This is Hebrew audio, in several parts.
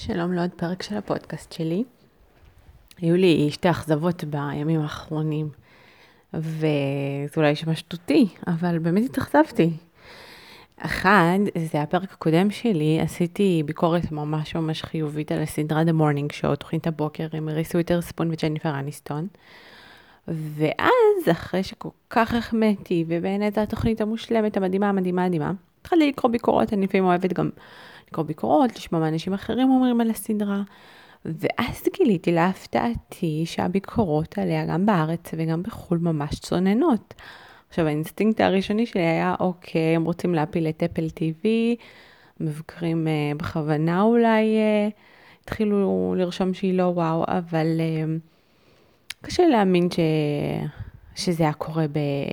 שלום לעוד פרק של הפודקאסט שלי. היו לי שתי אכזבות בימים האחרונים, וזה אולי יישמע שטותי, אבל באמת התאכזבתי. אחד, זה הפרק הקודם שלי, עשיתי ביקורת ממש חיובית על הסדרה The Morning Show, תוכנית הבוקר עם ריס וויתרספון וג'ניפר אניסטון. ואז, אחרי שכל כך החמאתי, ובאמת התוכנית המושלמת, המדהימה, התחלתי לקרוא ביקורות, אני לפעמים אוהבת גם לקרוא ביקורות, לשמוע מה אנשים אחרים אומרים על הסדרה, ואז גיליתי להפתעתי שהביקורות עליה גם בארץ וגם בחול ממש צוננות. עכשיו, האינסטינקט הראשוני שלי היה, אוקיי, הם רוצים להפיל את אפל TV, מבקרים בכוונה אולי התחילו לרשום שהיא לא וואו, אבל קשה להאמין שזה היה קורה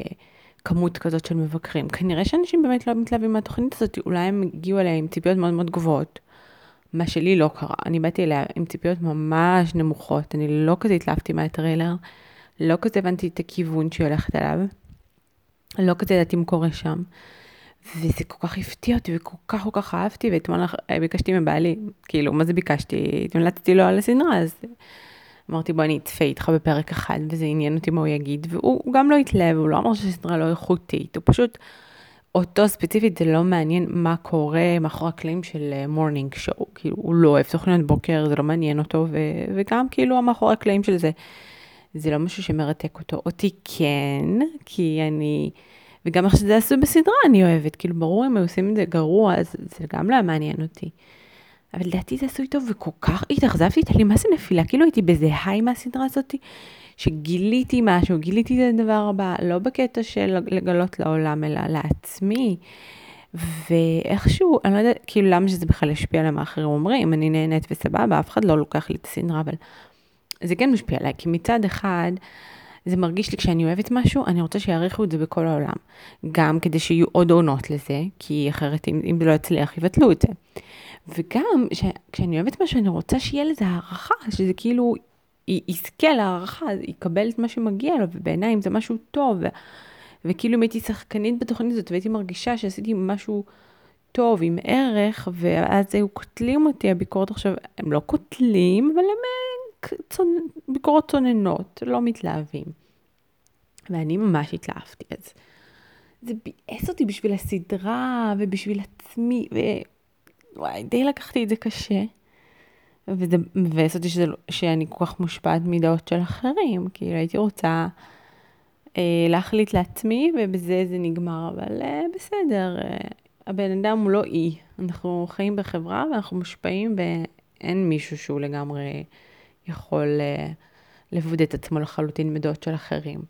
בכמות כזאת של מבקרים. כנראה שאנשים באמת לא מתלהבים מהתוכנית הזאת, אולי הם הגיעו אליה עם ציפיות מאוד מאוד גבוהות. מה שלי לא קרה, אני באתי אליה עם ציפיות ממש נמוכות, אני לא כזה התלהבתי מהטריילר, לא כזה הבנתי את הכיוון שהיא הולכת עליו, לא כזה ידעתי מה קורה שם, וזה כל כך הפתיע אותי וכל כך אהבתי, ואתמול ביקשתי מבעלי, כאילו, מה זה ביקשתי? התמלצתי לו על הסדרה, אז אמרתי, בוא אני אצפה איתך בפרק אחד, וזה עניין אותי מה הוא יגיד, והוא גם לא התלהב, הוא לא אמר שהסדרה לא איכותית, הוא פשוט, אותו ספציפית זה לא מעניין מה קורה מאחורי הקלעים של מורנינג שואו, כאילו הוא לא אוהב תוכניות בוקר, זה לא מעניין אותו, וגם כאילו מאחורי הקלעים של זה לא משהו שמרתק אותו, אותי כן, כי אני, וגם איך שזה עשו בסדרה אני אוהבת, כאילו ברור אם הם עושים את זה גרוע, אז זה גם לא מעניין אותי. אבל לדעתי זה עשוי טוב, וכל כך התאכזבתי, הייתה לי מה זה נפילה, כאילו הייתי בזה היי מהסדרה הזאת, שגיליתי משהו, גיליתי את הדבר הבא, לא בקטע של לגלות לעולם, אלא לעצמי, ואיכשהו, אני לא יודעת, כאילו למה שזה בכלל ישפיע על מה אחרים אומרים, אני נהנית וסבבה, אף אחד לא לוקח לי את הסדרה, אבל זה כן משפיע עליי, כי מצד אחד, זה מרגיש לי כשאני אוהבת משהו, אני רוצה שיעריכו את זה בכל העולם, גם כדי שיהיו עוד עונות לזה, כי אחרת אם זה לא יצליח, יבטלו את זה. וגם כשאני אוהבת משהו, אני רוצה שיהיה לזה הערכה, שזה כאילו יזכה להערכה, יקבל את מה שמגיע לו, ובעיניי אם זה משהו טוב, וכאילו אם הייתי שחקנית בתוכנית הזאת, והייתי מרגישה שעשיתי משהו טוב, עם ערך, ואז היו קוטלים אותי, הביקורות עכשיו, הם לא קוטלים, אבל הם ביקורות צוננות, לא מתלהבים. ואני ממש התלהבתי, אז זה ביאס אותי בשביל הסדרה, ובשביל עצמי, וואי, די לקחתי את זה קשה. וזה מבאס אותי שאני כל כך מושפעת מדעות של אחרים, כאילו הייתי רוצה להחליט לעצמי, ובזה זה נגמר, אבל בסדר, הבן אדם הוא לא אי, אנחנו חיים בחברה, ואנחנו מושפעים, ואין מישהו שהוא לגמרי יכול לבודד את עצמו לחלוטין מדעות של אחרים.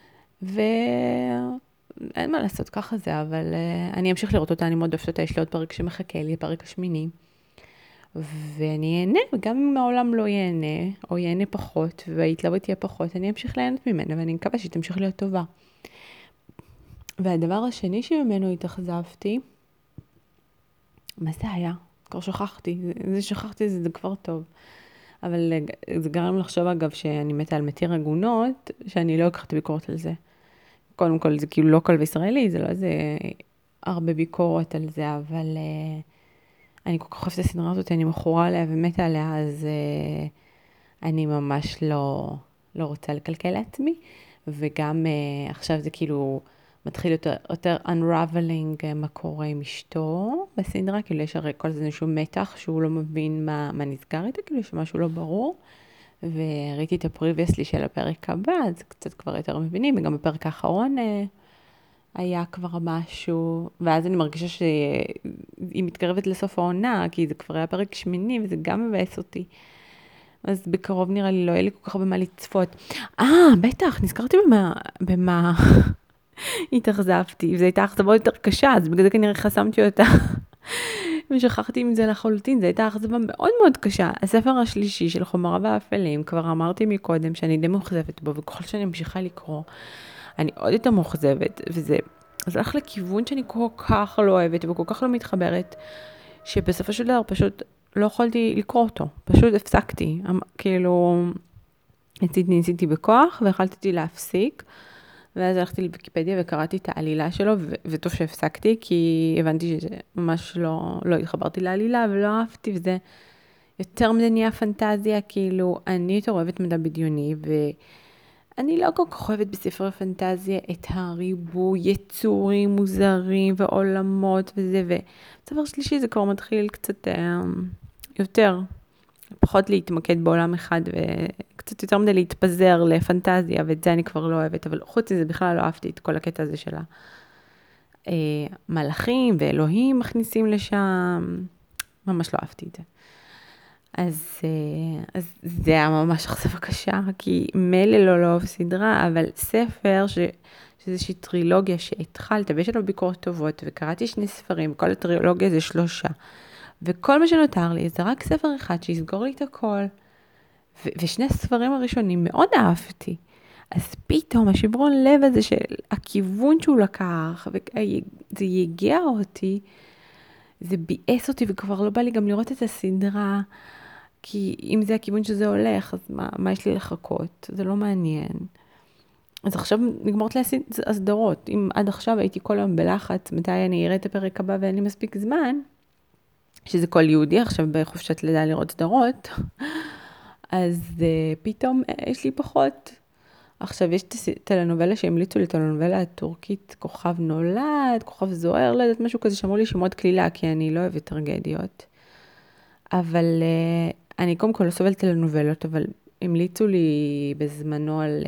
ואין מה לעשות, ככה זה, אבל אני אמשיך לראות אותה, אני מאוד אוהבת אותה, יש לי עוד פרק שמחכה לי, פרק השמיני. ואני אהנה, וגם אם העולם לא ייהנה, או ייהנה פחות, וההתלהבות תהיה פחות, אני אמשיך ליהנות ממנה, ואני מקווה שהיא תמשיך להיות טובה. והדבר השני שממנו התאכזבתי, מה זה היה? כבר שכחתי, שכחתי זה כבר טוב. אבל זה גרם לחשוב אגב שאני מתה על מתיר עגונות, שאני לא אקחת ביקורת על זה. קודם כל זה כאילו לא קול וישראלי, זה לא איזה הרבה ביקורת על זה, אבל אני כל כך אוהבת את הסדרה הזאת, אני מכורה עליה ומתה עליה, אז אני ממש לא רוצה לקלקל לעצמי, וגם עכשיו זה כאילו מתחיל יותר unraveling מה קורה עם אשתו בסדרה, כאילו יש הרי כל זה איזשהו מתח שהוא לא מבין מה נסגר איתה, כאילו יש משהו לא ברור, וראיתי את הפריבייסלי של הפרק הבא, אז קצת כבר יותר מבינים, וגם בפרק האחרון היה כבר משהו, ואז אני מרגישה שהיא מתקרבת לסוף העונה, כי זה כבר היה פרק שמיני, וזה גם מבאס אותי. אז בקרוב נראה לי לא יהיה לי כל כך הרבה מה לצפות. בטח, נזכרתי במה התאכזבתי, וזו הייתה אכזבה יותר קשה, אז בגלל זה כנראה חסמתי אותה. ושכחתי עם זה לחלוטין, זו הייתה אכזבה מאוד מאוד קשה. הספר השלישי של חומרה והאפלים, כבר אמרתי מקודם שאני די מאוכזבת בו, וככל שאני ממשיכה לקרוא, אני עוד יותר מאוכזבת, וזה הלך לכיוון שאני כל כך לא אוהבת, וכל כך לא מתחברת, שבסופו של דבר פשוט לא יכולתי לקרוא אותו, פשוט הפסקתי, כאילו, ניסיתי בכוח, והחלטתי להפסיק, ואז הלכתי לוויקיפדיה וקראתי את העלילה שלו, וטוב שהפסקתי, כי הבנתי שזה ממש לא התחברתי לעלילה, ולא אהבתי, וזה יותר מדי נהיה פנטזיה, כאילו, אני יותר אוהבת מדע בדיוני, ואני לא כל כך אוהבת בספר פנטזיה את הריבוי יצורים מוזרים ועולמות וזה, וספר שלישי זה כבר מתחיל קצת יותר, פחות להתמקד בעולם אחד, וקצת יותר מדי להתפזר לפנטזיה, ואת זה אני כבר לא אוהבת, אבל חוץ מזה בכלל לא אהבתי את כל הקטע הזה שלה. מלאכים ואלוהים מכניסים לשם, ממש לא אהבתי את זה. אז זה היה ממש אכזבה קשה, כי מילא לא אוהב סדרה, אבל ספר שזה איזושהי טרילוגיה שהתחלת, ויש לנו ביקורות טובות, וקראתי 2 ספרים, כל הטרילוגיה זה 3, וכל מה שנותר לי זה רק ספר אחד שיסגור לי את הכל, ו2 הספרים הראשונים מאוד אהבתי. אז פתאום השברון לב הזה של הכיוון שהוא לקח, וזה יגיע אותי, זה ביאס אותי, וכבר לא בא לי גם לראות את הסדרה, כי אם זה הכיוון שזה הולך, אז מה יש לי לחכות? זה לא מעניין. אז עכשיו נגמרת לי הסדרות. אם עד עכשיו הייתי כל היום בלחץ, מתי אני אראה את הפרק הבא ואין לי מספיק זמן, שזה כל יהודי עכשיו בחופשת לידה לראות סדרות, אז פתאום יש לי פחות. עכשיו יש טלנובלה שהמליצו לי, טלנובלה הטורקית, כוכב נולד, כוכב זוהר, לא יודעת, משהו כזה שאמרו לי שמות כלילה, כי אני לא אוהבת טרגדיות. אבל אני קודם כל לא סובלת טלנובלות, אבל המליצו לי בזמנו על,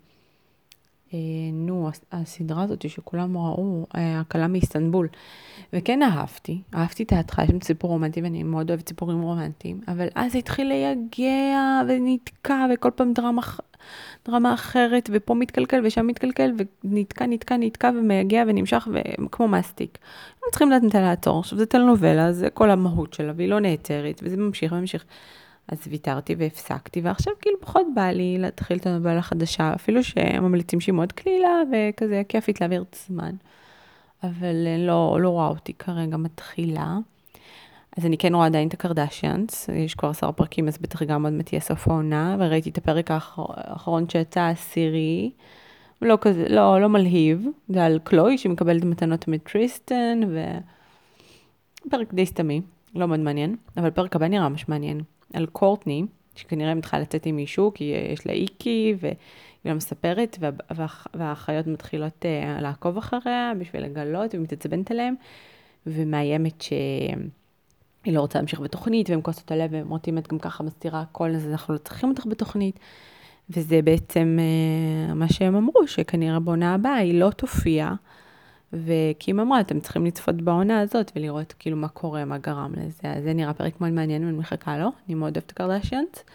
הסדרה הזאת שכולם ראו, הקלה מאיסטנבול. וכן אהבתי את ההתחלה, יש שם סיפור רומנטי, ואני מאוד אוהבת סיפורים רומנטיים, אבל אז התחיל להיגע ונתקע, וכל פעם דרמה אחרת, ופה מתקלקל ושם מתקלקל, ונתקע ומייגע ונמשך, כמו מסטיק. הם צריכים לדעת מתי לעצור. עכשיו זה טלנובלה, זה כל המהות שלה, והיא לא נעצרת, וזה ממשיך. אז ויתרתי והפסקתי, ועכשיו כאילו פחות בא לי להתחיל את הנובלה החדשה, אפילו שהם ממליצים שהיא מאוד קלילה, וכזה כיפית להעביר את הזמן. אבל לא רואה אותי כרגע מתחילה. אז אני כן רואה עדיין את הקרדשיאנס, יש כבר 10 פרקים, אז בטח גם עוד מתהיה סוף העונה, וראיתי את הפרק האחרון שיצא 10, לא כזה, לא מלהיב, זה על קלוי שמקבלת מתנות מטריסטן, ופרק די סתמי, לא מאוד מעניין, אבל פרק הבא נראה ממש מעניין, על קורטני, שכנראה מתחילה לצאת עם מישהו, כי יש לה איקי, והיא לא מספרת, והאחיות מתחילות לעקוב אחריה, בשביל לגלות, ומתעצבנת עליהם, ומאיימת היא לא רוצה להמשיך בתוכנית, והם כוסות הלב, והם אומרים, את גם ככה מסתירה הכל, אז אנחנו לא צריכים אותך בתוכנית. וזה בעצם מה שהם אמרו, שכנראה בעונה הבאה היא לא תופיע, וקים אמרה, אתם צריכים לצפות בעונה הזאת, ולראות כאילו מה קורה, מה גרם לזה. אז זה נראה פרק מאוד מעניין, ואני מחכה לו, אני מאוד אוהבת קרדשיאנס.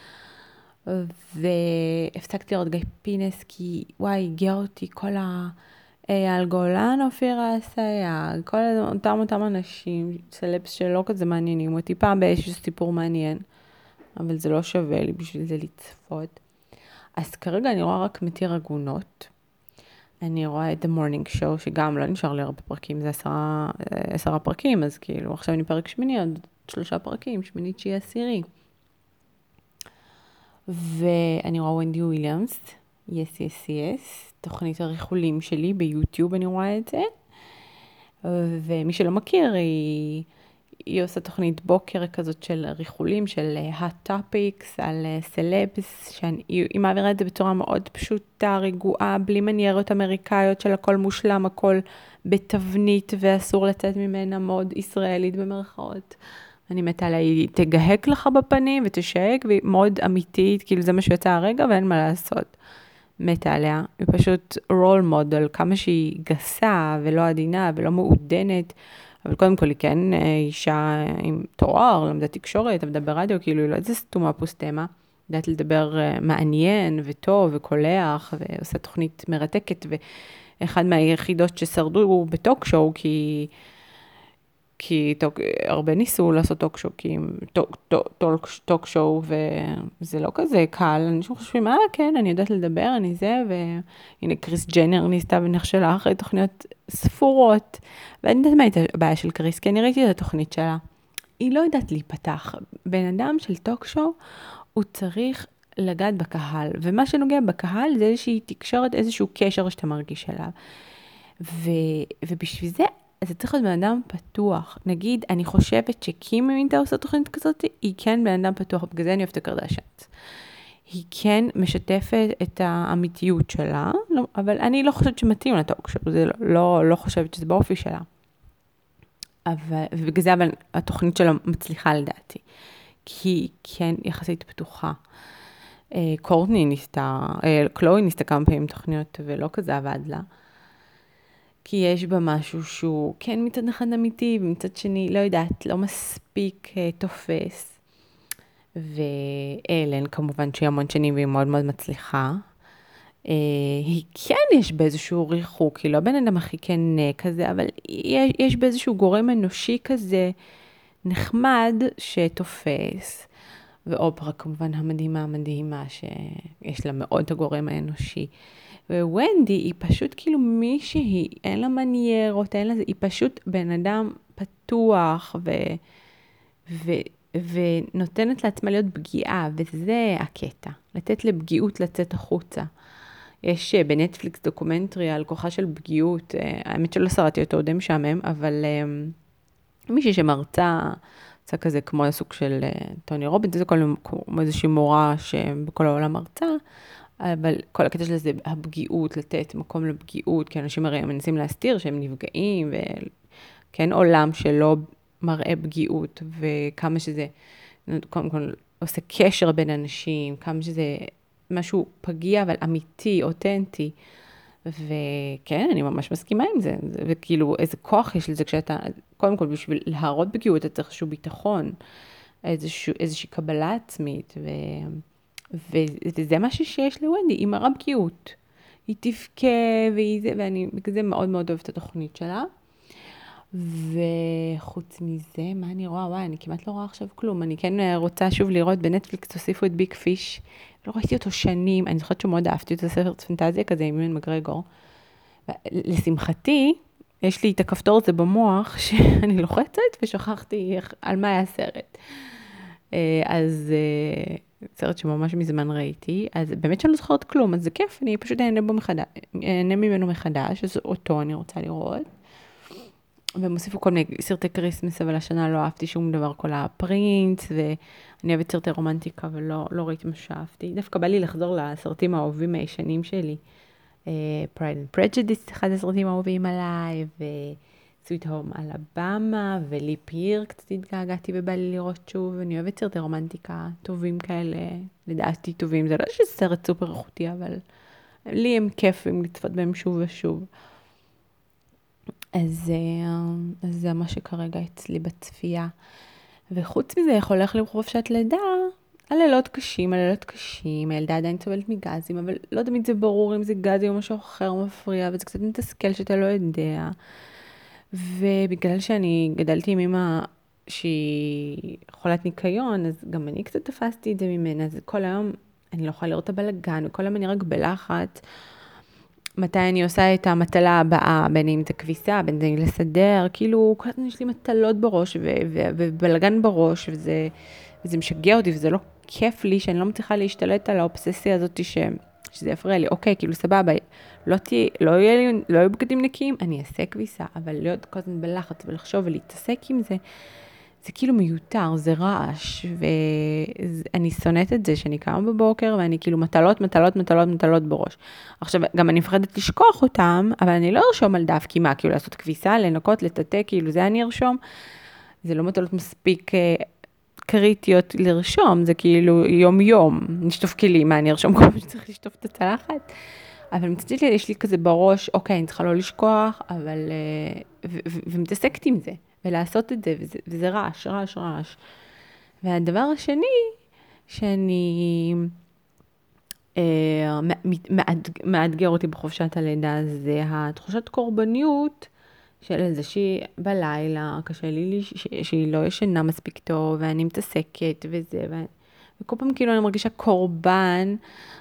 והפסקתי לראות גיא פינס, כי וואי, הגיע אותי כל על גולן, אופירה אסייג, כל אותם אנשים, סלפס שלא כזה מעניינים אותי, פעם באיזשהו סיפור מעניין, אבל זה לא שווה לי בשביל זה לצפות. אז כרגע אני רואה רק מתיר עגונות. אני רואה את The Morning Show, שגם לא נשאר לי הרבה פרקים, זה 10 פרקים, אז כאילו עכשיו אני פרק 8, עוד 3 פרקים, 8, 9, 10. ואני רואה ונדי וויליאמס, yes, תוכנית הריחולים שלי ביוטיוב, אני רואה את זה. ומי שלא מכיר, היא עושה תוכנית בוקר כזאת של ריחולים, של hot topics, על סלבס, שהיא מעבירה את זה בצורה מאוד פשוטה, רגועה, בלי מניירות אמריקאיות של הכל מושלם, הכל בתבנית, ואסור לצאת ממנה, מאוד ישראלית במרכאות. אני מתה עליה, היא תגהק לך בפנים ותשייק, והיא מאוד אמיתית, כאילו זה מה שיוצא הרגע ואין מה לעשות. מתה עליה, היא פשוט רול מודל, כמה שהיא גסה ולא עדינה ולא מעודנת, אבל קודם כל היא כן אישה עם תואר, למדה תקשורת, עבדה ברדיו, כאילו היא לא איזה סתומה פוסטמה, יודעת לדבר מעניין וטוב וקולח, ועושה תוכנית מרתקת, ואחד מהיחידות ששרדו הוא בטוק שואו, כי הרבה ניסו לעשות טוק שואו, וזה לא כזה קל, אנשים חושבים, כן, אני יודעת לדבר, אני זה, והנה קריס ג'נר ניסתה ונכשלה אחרי תוכניות ספורות, ואני יודעת מה הייתה הבעיה של קריס, כי אני ראיתי את התוכנית שלה, היא לא יודעת להיפתח, בן אדם של טוק שואו, הוא צריך לגעת בקהל, ומה שנוגע בקהל זה איזושהי תקשורת, איזשהו קשר שאתה מרגיש עליו, ובשביל זה, זה צריך להיות בן אדם פתוח. נגיד, אני חושבת שקים אם אתה עושה תוכנית כזאת, היא כן בן אדם פתוח, בגלל זה אני אוהבת הקרדשיאנס. היא כן משתפת את האמיתיות שלה, אבל אני לא חושבת שמתאים לטוק שלו, זה לא חושבת שזה באופי שלה. ובגלל זה אבל התוכנית שלה מצליחה לדעתי, כי היא כן יחסית פתוחה. קורטני ניסתה, קלוי ניסתה כמה פעמים תוכניות ולא כזה עבד לה, כי יש בה משהו שהוא כן מצד אחד אמיתי, ומצד שני, לא יודעת, לא מספיק תופס. ואלן כמובן שהיא המון שנים והיא מאוד מאוד מצליחה. היא כן יש באיזשהו ריחוק, היא לא בן אדם הכי כן כזה, אבל יש באיזשהו גורם אנושי כזה נחמד שתופס. ואופרה כמובן המדהימה שיש לה מאוד את הגורם האנושי. וונדי היא פשוט כאילו מישהי, אין לה מניירות, היא פשוט בן אדם פתוח ונותנת לעצמה להיות פגיעה, וזה הקטע, לתת לפגיעות לצאת החוצה. יש בנטפליקס דוקומנטרי על כוחה של פגיעות, האמת שלא שרתי אותו די משעמם, אבל מישהי שמרצה, זה כזה כמו הסוג של טוני רובינס, זה כמו איזושהי מורה שבכל העולם מרצה, אבל כל הקטע שלה זה הפגיעות, לתת מקום לפגיעות, כי אנשים הרי מנסים להסתיר שהם נפגעים, וכן עולם שלא מראה פגיעות, וכמה שזה, קודם כל, עושה קשר בין אנשים, כמה שזה משהו פגיע, אבל אמיתי, אותנטי, וכן, אני ממש מסכימה עם זה, וכאילו, איזה כוח יש לזה, כשאתה, קודם כל, בשביל להראות פגיעות, אתה צריך איזשהו ביטחון, איזושהי קבלה עצמית, וזה משהו שיש לוונדי, היא מראה פגיעות. היא תפקה, ואני בגלל מאוד מאוד אוהבת את התוכנית שלה. וחוץ מזה, מה אני רואה? וואי, אני כמעט לא רואה עכשיו כלום. אני כן רוצה שוב לראות בנטפליקס, תוסיפו את ביג פיש. לא ראיתי אותו שנים, אני זוכרת שמאוד אהבתי את הספר פנטזיה כזה עם יואן מגרגור. לשמחתי, יש לי את הכפתור הזה במוח, שאני לוחצת ושכחתי על מה היה הסרט. אז סרט שממש מזמן ראיתי, אז באמת שאני לא זוכרת כלום, אז זה כיף, אני פשוט אהנה ממנו מחדש, אז אותו אני רוצה לראות. והם הוסיפו כל מיני סרטי קריסמס, אבל השנה לא אהבתי שום דבר, כל הפרינץ, ואני אוהבת סרטי רומנטיקה, ולא ראיתי מה שאהבתי. דווקא בא לי לחזור לסרטים האהובים הישנים שלי. Pride and Prejudice, אחד הסרטים האהובים עליי, וסוויט הום אלבמה, וליפ ייר, קצת התגעגעתי ובא לי לראות שוב, ואני אוהבת סרטי רומנטיקה טובים כאלה, לדעתי טובים, זה לא איזה סרט סופר איכותי, אבל לי הם כיפים לצפות בהם שוב ושוב. אז זה מה שכרגע אצלי בצפייה. וחוץ מזה, איך הולך לחופשת לידה, הלילות קשים, הילדה עדיין סובלת מגזים, אבל לא תמיד זה ברור אם זה גזים או משהו אחר מפריע, וזה קצת מתסכל שאתה לא יודע. ובגלל שאני גדלתי עם אמא שהיא חולת ניקיון, אז גם אני קצת תפסתי את זה ממנה, אז כל היום אני לא יכולה לראות את הבלגן, וכל היום אני רק בלחץ, מתי אני עושה את המטלה הבאה, בין אם זה כביסה, בין אם לסדר, כאילו כל הזמן יש לי מטלות בראש ובלגן בראש, וזה משגע אותי, וזה לא כיף לי, שאני לא מצליחה להשתלט על האובססיה הזאת שזה יפריע לי. אוקיי, כאילו סבבה, לא יהיו בגדים נקיים, אני אעשה כביסה, אבל להיות כל הזמן בלחץ ולחשוב ולהתעסק עם זה, זה כאילו מיותר, זה רעש, ואני שונאת את זה שאני קמה בבוקר, ואני כאילו מטלות בראש. עכשיו, גם אני מפחדת לשכוח אותם, אבל אני לא ארשום על דף, כי מה, כאילו לעשות כביסה, לנקות, לטאטא, כאילו זה אני ארשום. זה לא מטלות מספיק קריטיות לרשום, זה כאילו יום, נשטוף כלים, מה אני ארשום כל מה שצריך לשטוף את הצלחת. אבל מצד שלי, יש לי כזה בראש, אוקיי, אני צריכה לא לשכוח, אבל, ומתעסקת עם זה. ולעשות את זה, וזה רעש. והדבר השני, שאני מאתגר אותי בחופשת הלידה, זה התחושת קורבניות של איזושהי בלילה, קשה לי שהיא לא ישנה מספיק טוב, ואני מתעסקת וזה, וכל פעם כאילו אני מרגישה קורבן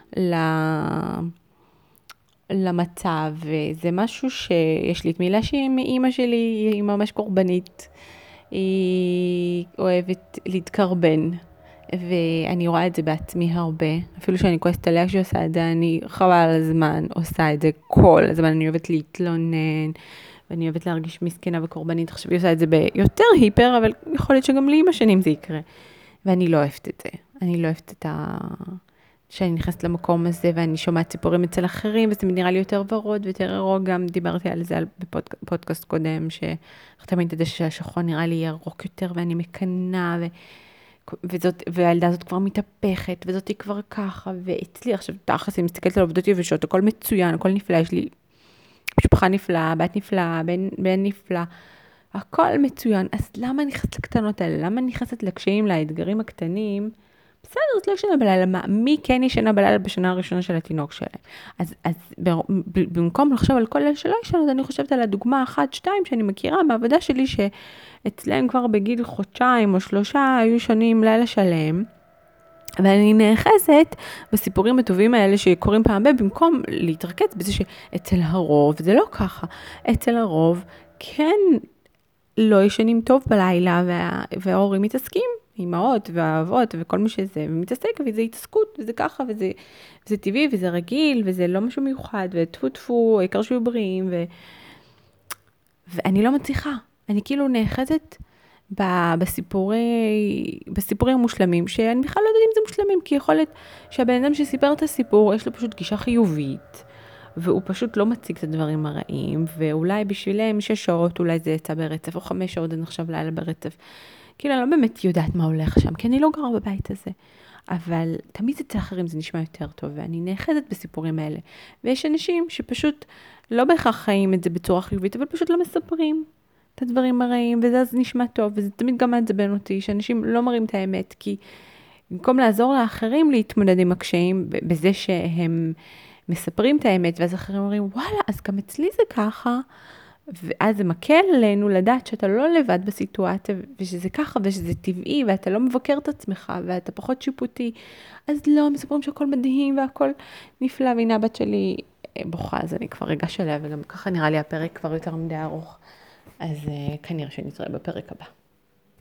למצב, וזה משהו שיש לי את מילה מאמא שלי, היא ממש קורבנית, היא אוהבת להתקרבן, ואני רואה את זה בעצמי הרבה, אפילו שאני כועסת עליה כשעושה את זה, אני חבל על הזמן עושה את זה כל הזמן, אני אוהבת להתלונן, ואני אוהבת להרגיש מסכנה וקורבנית, עכשיו היא עושה את זה ביותר היפר, אבל יכול להיות שגם לי עם השנים זה יקרה. ואני לא אוהבת את זה. אני לא אוהבת שאני נכנסת למקום הזה, ואני שומעת סיפורים אצל אחרים, וזה נראה לי יותר ורוד ויותר ירוק, גם דיברתי על זה בפודקאסט קודם, שתמיד את זה שהשחור נראה לי ירוק יותר, ואני מקנה, והילדה הזאת כבר מתהפכת, וזאת היא כבר ככה, ואצלי עכשיו תחס, אני מסתכלת על עובדות יבשות, הכל מצוין, הכל נפלא, יש לי משפחה נפלאה, בת נפלאה, בן נפלא, הכל מצוין. אז למה אני נכנסת לקטנות האלה? למה אני נכנסת לקשיים, לאתגרים הקטנים? בסדר, את לא ישנה בלילה, מי כן ישנה בלילה בשנה הראשונה של התינוק שלהם? אז במקום לחשוב על כל אלה שלא ישנות, אני חושבת על הדוגמה 1-2 שאני מכירה מהעבודה שלי, שאצלם כבר בגיל חודשיים או 3 היו שונים לילה שלם, ואני נאחזת בסיפורים הטובים האלה שקורים פעם במקום להתרכז בזה שאצל הרוב, זה לא ככה, אצל הרוב כן לא ישנים טוב בלילה, וההורים מתעסקים, אמהות והאבות וכל מה שזה, ומתעסק, וזה התעסקות, וזה ככה, וזה טבעי, וזה רגיל, וזה לא משהו מיוחד, וטפו טפו, העיקר שיהיו בריאים, ואני לא מצליחה, אני כאילו נאחזת בסיפורים המושלמים, שאני בכלל לא יודעת אם זה מושלמים, כי יכול להיות שהבן אדם שסיפר את הסיפור, יש לו פשוט גישה חיובית, והוא פשוט לא מציג את הדברים הרעים, ואולי בשבילם 6 שעות, אולי זה יצא ברצף, או 5 שעות, אני עכשיו לילה ברצף. כאילו, אני לא באמת יודעת מה הולך שם, כי אני לא גרה בבית הזה. אבל תמיד אצל אחרים זה נשמע יותר טוב, ואני נאחזת בסיפורים האלה. ויש אנשים שפשוט לא בהכרח חיים את זה בצורה חיובית, אבל פשוט לא מספרים את הדברים הרעים, וזה אז נשמע טוב, וזה תמיד גם מעצבן אותי, שאנשים לא מראים את האמת, כי במקום לעזור לאחרים להתמודד עם הקשיים, בזה שהם מספרים את האמת, ואז אחרים אומרים, וואלה, אז גם אצלי זה ככה, ואז זה מקל עלינו לדעת שאתה לא לבד בסיטואציה, ושזה ככה, ושזה טבעי, ואתה לא מבקר את עצמך, ואתה פחות שיפוטי, אז לא, מספרים שהכל מדהים, והכל נפלא, והנה הבת שלי בוכה, אז אני כבר רגע שלה, וגם ככה נראה לי הפרק כבר יותר מדי ארוך, אז כנראה שנתראה בפרק הבא.